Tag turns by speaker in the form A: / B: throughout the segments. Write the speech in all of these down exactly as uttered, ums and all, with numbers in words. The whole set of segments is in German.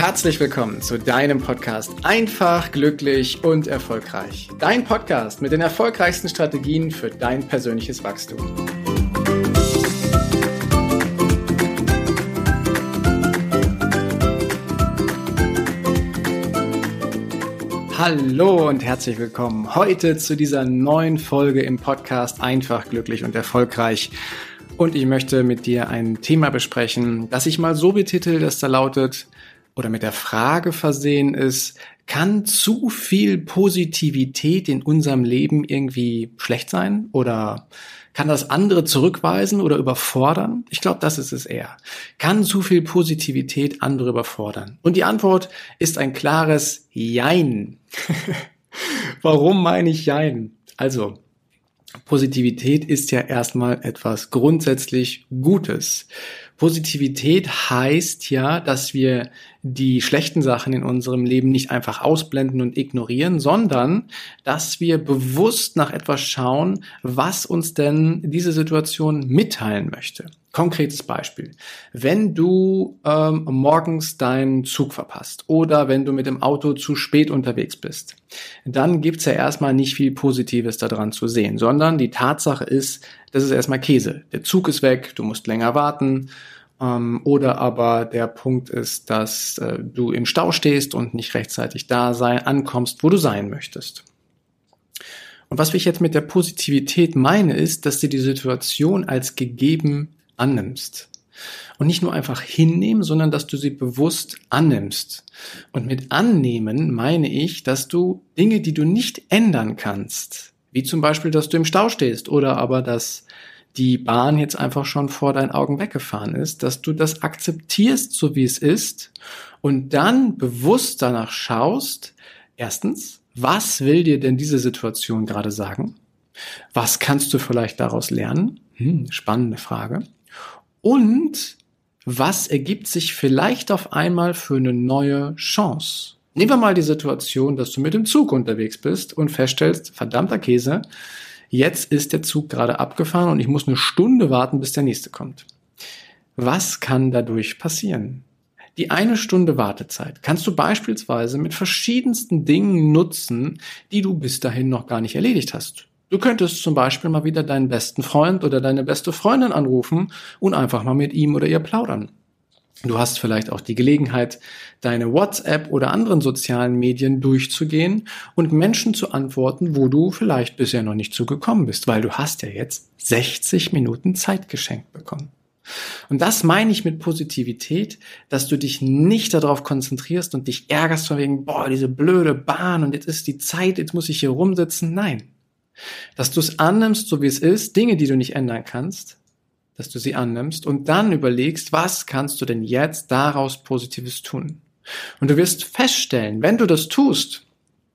A: Herzlich willkommen zu deinem Podcast Einfach, glücklich und erfolgreich. Dein Podcast mit den erfolgreichsten Strategien für dein persönliches Wachstum. Hallo und herzlich willkommen heute zu dieser neuen Folge im Podcast Einfach, glücklich und erfolgreich. Und ich möchte mit dir ein Thema besprechen, das ich mal so betitel, dass da lautet oder mit der Frage versehen ist: Kann zu viel Positivität in unserem Leben irgendwie schlecht sein? Oder kann das andere zurückweisen oder überfordern? Ich glaube, das ist es eher. Kann zu viel Positivität andere überfordern? Und die Antwort ist ein klares Jein. Warum meine ich Jein? Also, Positivität ist ja erstmal etwas grundsätzlich Gutes. Positivität heißt ja, dass wir die schlechten Sachen in unserem Leben nicht einfach ausblenden und ignorieren, sondern dass wir bewusst nach etwas schauen, was uns denn diese Situation mitteilen möchte. Konkretes Beispiel: Wenn du ähm, morgens deinen Zug verpasst oder wenn du mit dem Auto zu spät unterwegs bist, dann gibt's ja erstmal nicht viel Positives daran zu sehen, sondern die Tatsache ist, das ist erstmal Käse. Der Zug ist weg, du musst länger warten, ähm, oder aber der Punkt ist, dass äh, du im Stau stehst und nicht rechtzeitig da sein, ankommst, wo du sein möchtest. Und was ich jetzt mit der Positivität meine, ist, dass du die Situation als gegeben annimmst. Und nicht nur einfach hinnehmen, sondern dass du sie bewusst annimmst. Und mit annehmen meine ich, dass du Dinge, die du nicht ändern kannst, wie zum Beispiel, dass du im Stau stehst oder aber, dass die Bahn jetzt einfach schon vor deinen Augen weggefahren ist, dass du das akzeptierst, so wie es ist, und dann bewusst danach schaust: Erstens, was will dir denn diese Situation gerade sagen? Was kannst du vielleicht daraus lernen? Hm, spannende Frage. Und was ergibt sich vielleicht auf einmal für eine neue Chance? Nehmen wir mal die Situation, dass du mit dem Zug unterwegs bist und feststellst: Verdammter Käse, jetzt ist der Zug gerade abgefahren und ich muss eine Stunde warten, bis der nächste kommt. Was kann dadurch passieren? Die eine Stunde Wartezeit kannst du beispielsweise mit verschiedensten Dingen nutzen, die du bis dahin noch gar nicht erledigt hast. Du könntest zum Beispiel mal wieder deinen besten Freund oder deine beste Freundin anrufen und einfach mal mit ihm oder ihr plaudern. Du hast vielleicht auch die Gelegenheit, deine WhatsApp oder anderen sozialen Medien durchzugehen und Menschen zu antworten, wo du vielleicht bisher noch nicht so gekommen bist, weil du hast ja jetzt sechzig Minuten Zeit geschenkt bekommen. Und das meine ich mit Positivität, dass du dich nicht darauf konzentrierst und dich ärgerst von wegen, boah, diese blöde Bahn und jetzt ist die Zeit, jetzt muss ich hier rumsitzen. Nein. Dass du es annimmst, so wie es ist, Dinge, die du nicht ändern kannst, dass du sie annimmst und dann überlegst, was kannst du denn jetzt daraus Positives tun? Und du wirst feststellen, wenn du das tust,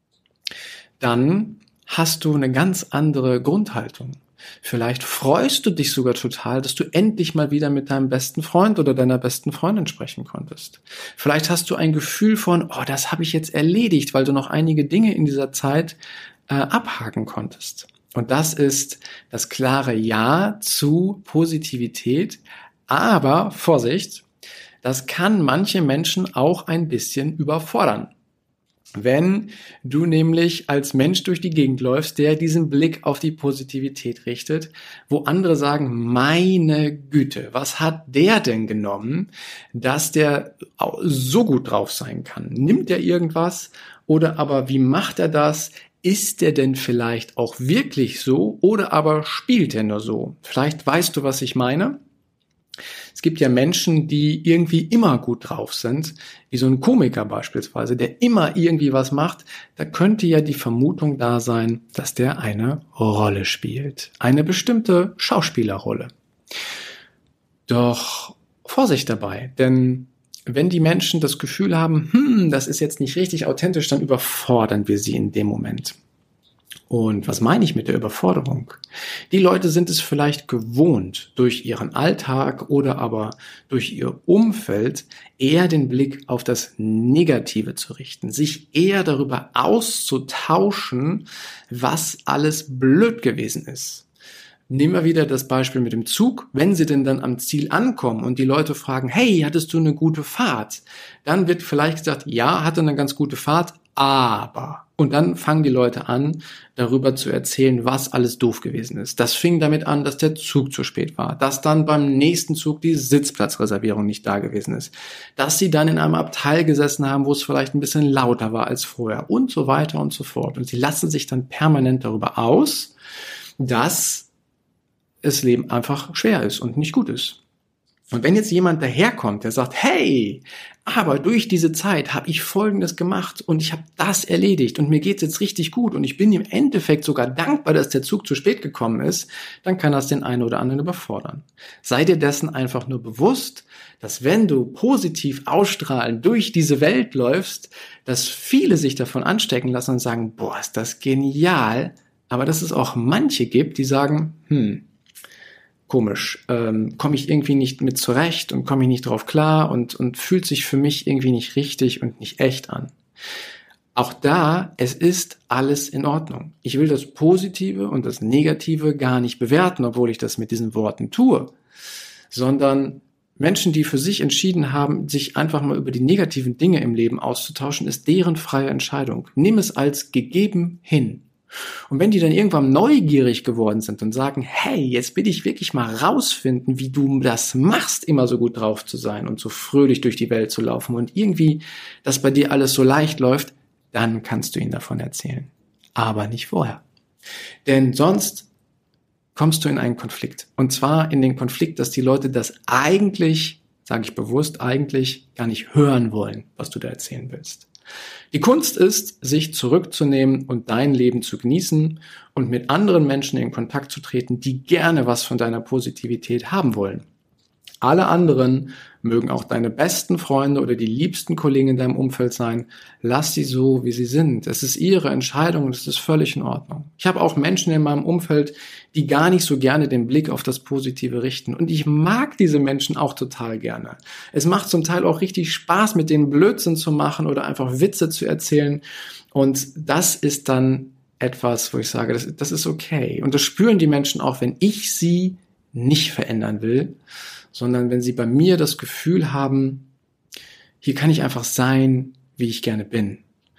A: dann hast du eine ganz andere Grundhaltung. Vielleicht freust du dich sogar total, dass du endlich mal wieder mit deinem besten Freund oder deiner besten Freundin sprechen konntest. Vielleicht hast du ein Gefühl von, oh, das habe ich jetzt erledigt, weil du noch einige Dinge in dieser Zeit äh, abhaken konntest. Und das ist das klare Ja zu Positivität. Aber Vorsicht, das kann manche Menschen auch ein bisschen überfordern. Wenn du nämlich als Mensch durch die Gegend läufst, der diesen Blick auf die Positivität richtet, wo andere sagen, meine Güte, was hat der denn genommen, dass der so gut drauf sein kann? Nimmt er irgendwas oder aber wie macht er das? Ist der denn vielleicht auch wirklich so oder aber spielt er nur so? Vielleicht weißt du, was ich meine. Es gibt ja Menschen, die irgendwie immer gut drauf sind, wie so ein Komiker beispielsweise, der immer irgendwie was macht. Da könnte ja die Vermutung da sein, dass der eine Rolle spielt. Eine bestimmte Schauspielerrolle. Doch Vorsicht dabei, denn wenn die Menschen das Gefühl haben, hm, das ist jetzt nicht richtig authentisch, dann überfordern wir sie in dem Moment. Und was meine ich mit der Überforderung? Die Leute sind es vielleicht gewohnt, durch ihren Alltag oder aber durch ihr Umfeld eher den Blick auf das Negative zu richten, sich eher darüber auszutauschen, was alles blöd gewesen ist. Nehmen wir wieder das Beispiel mit dem Zug. Wenn sie denn dann am Ziel ankommen und die Leute fragen, hey, hattest du eine gute Fahrt? Dann wird vielleicht gesagt, ja, hatte eine ganz gute Fahrt, aber. Und dann fangen die Leute an, darüber zu erzählen, was alles doof gewesen ist. Das fing damit an, dass der Zug zu spät war, dass dann beim nächsten Zug die Sitzplatzreservierung nicht da gewesen ist, dass sie dann in einem Abteil gesessen haben, wo es vielleicht ein bisschen lauter war als vorher und so weiter und so fort. Und sie lassen sich dann permanent darüber aus, dass das Leben einfach schwer ist und nicht gut ist. Und wenn jetzt jemand daherkommt, der sagt, hey, aber durch diese Zeit habe ich Folgendes gemacht und ich habe das erledigt und mir geht's jetzt richtig gut und ich bin im Endeffekt sogar dankbar, dass der Zug zu spät gekommen ist, dann kann das den einen oder anderen überfordern. Sei dir dessen einfach nur bewusst, dass wenn du positiv ausstrahlend durch diese Welt läufst, dass viele sich davon anstecken lassen und sagen, boah, ist das genial, aber dass es auch manche gibt, die sagen, hm, komisch, ähm, komme ich irgendwie nicht mit zurecht und komme ich nicht drauf klar und, und fühlt sich für mich irgendwie nicht richtig und nicht echt an. Auch da, es ist alles in Ordnung. Ich will das Positive und das Negative gar nicht bewerten, obwohl ich das mit diesen Worten tue, sondern Menschen, die für sich entschieden haben, sich einfach mal über die negativen Dinge im Leben auszutauschen, ist deren freie Entscheidung. Nimm es als gegeben hin. Und wenn die dann irgendwann neugierig geworden sind und sagen, hey, jetzt will ich wirklich mal rausfinden, wie du das machst, immer so gut drauf zu sein und so fröhlich durch die Welt zu laufen und irgendwie, dass bei dir alles so leicht läuft, dann kannst du ihnen davon erzählen. Aber nicht vorher. Denn sonst kommst du in einen Konflikt. Und zwar in den Konflikt, dass die Leute das eigentlich, sage ich bewusst, eigentlich gar nicht hören wollen, was du da erzählen willst. Die Kunst ist, sich zurückzunehmen und dein Leben zu genießen und mit anderen Menschen in Kontakt zu treten, die gerne was von deiner Positivität haben wollen. Alle anderen, mögen auch deine besten Freunde oder die liebsten Kollegen in deinem Umfeld sein, lass sie so, wie sie sind. Es ist ihre Entscheidung und es ist völlig in Ordnung. Ich habe auch Menschen in meinem Umfeld, die gar nicht so gerne den Blick auf das Positive richten. Und ich mag diese Menschen auch total gerne. Es macht zum Teil auch richtig Spaß, mit denen Blödsinn zu machen oder einfach Witze zu erzählen. Und das ist dann etwas, wo ich sage, das, das ist okay. Und das spüren die Menschen auch, wenn ich sie nicht verändern will, sondern wenn sie bei mir das Gefühl haben, hier kann ich einfach sein, wie ich gerne bin.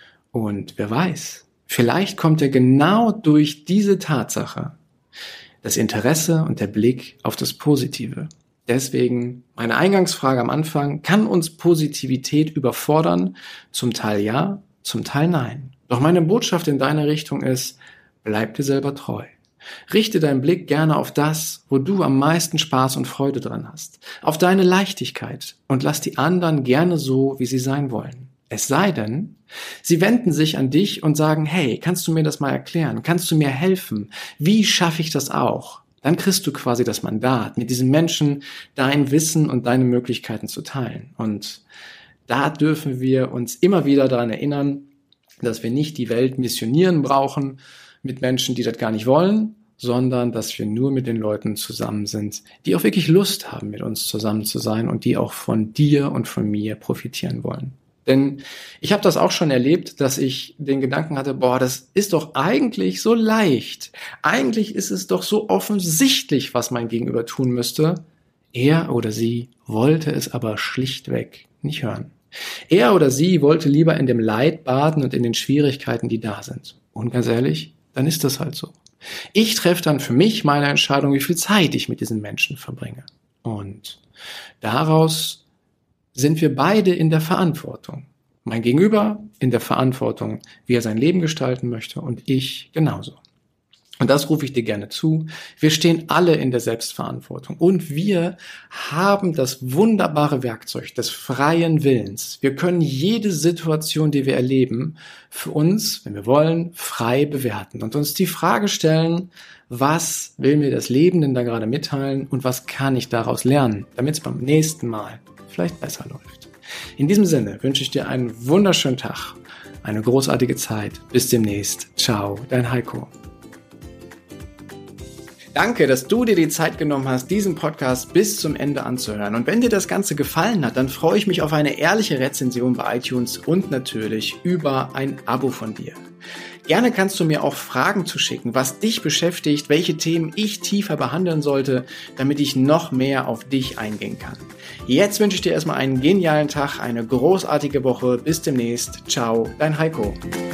A: Und wer weiß, vielleicht kommt ja genau durch diese Tatsache das Interesse und der Blick auf das Positive. Deswegen meine Eingangsfrage am Anfang, kann uns Positivität überfordern? Zum Teil ja, zum Teil nein. Doch meine Botschaft in deine Richtung ist, bleib dir selber treu. Richte deinen Blick gerne auf das, wo du am meisten Spaß und Freude dran hast, auf deine Leichtigkeit und lass die anderen gerne so, wie sie sein wollen. Es sei denn, sie wenden sich an dich und sagen, hey, kannst du mir das mal erklären? Kannst du mir helfen? Wie schaffe ich das auch? Dann kriegst du quasi das Mandat, mit diesen Menschen dein Wissen und deine Möglichkeiten zu teilen. Und da dürfen wir uns immer wieder daran erinnern, dass wir nicht die Welt missionieren brauchen, mit Menschen, die das gar nicht wollen, sondern dass wir nur mit den Leuten zusammen sind, die auch wirklich Lust haben, mit uns zusammen zu sein und die auch von dir und von mir profitieren wollen. Denn ich habe das auch schon erlebt, dass ich den Gedanken hatte, boah, das ist doch eigentlich so leicht. Eigentlich ist es doch so offensichtlich, was mein Gegenüber tun müsste. Er oder sie wollte es aber schlichtweg nicht hören. Er oder sie wollte lieber in dem Leid baden und in den Schwierigkeiten, die da sind. Und ganz ehrlich, dann ist das halt so. Ich treffe dann für mich meine Entscheidung, wie viel Zeit ich mit diesen Menschen verbringe. Und daraus sind wir beide in der Verantwortung. Mein Gegenüber in der Verantwortung, wie er sein Leben gestalten möchte und ich genauso. Und das rufe ich dir gerne zu. Wir stehen alle in der Selbstverantwortung und wir haben das wunderbare Werkzeug des freien Willens. Wir können jede Situation, die wir erleben, für uns, wenn wir wollen, frei bewerten und uns die Frage stellen, was will mir das Leben denn da gerade mitteilen und was kann ich daraus lernen, damit es beim nächsten Mal vielleicht besser läuft. In diesem Sinne wünsche ich dir einen wunderschönen Tag, eine großartige Zeit. Bis demnächst. Ciao, dein Heiko. Danke, dass du dir die Zeit genommen hast, diesen Podcast bis zum Ende anzuhören. Und wenn dir das Ganze gefallen hat, dann freue ich mich auf eine ehrliche Rezension bei iTunes und natürlich über ein Abo von dir. Gerne kannst du mir auch Fragen zuschicken, was dich beschäftigt, welche Themen ich tiefer behandeln sollte, damit ich noch mehr auf dich eingehen kann. Jetzt wünsche ich dir erstmal einen genialen Tag, eine großartige Woche. Bis demnächst. Ciao, dein Heiko.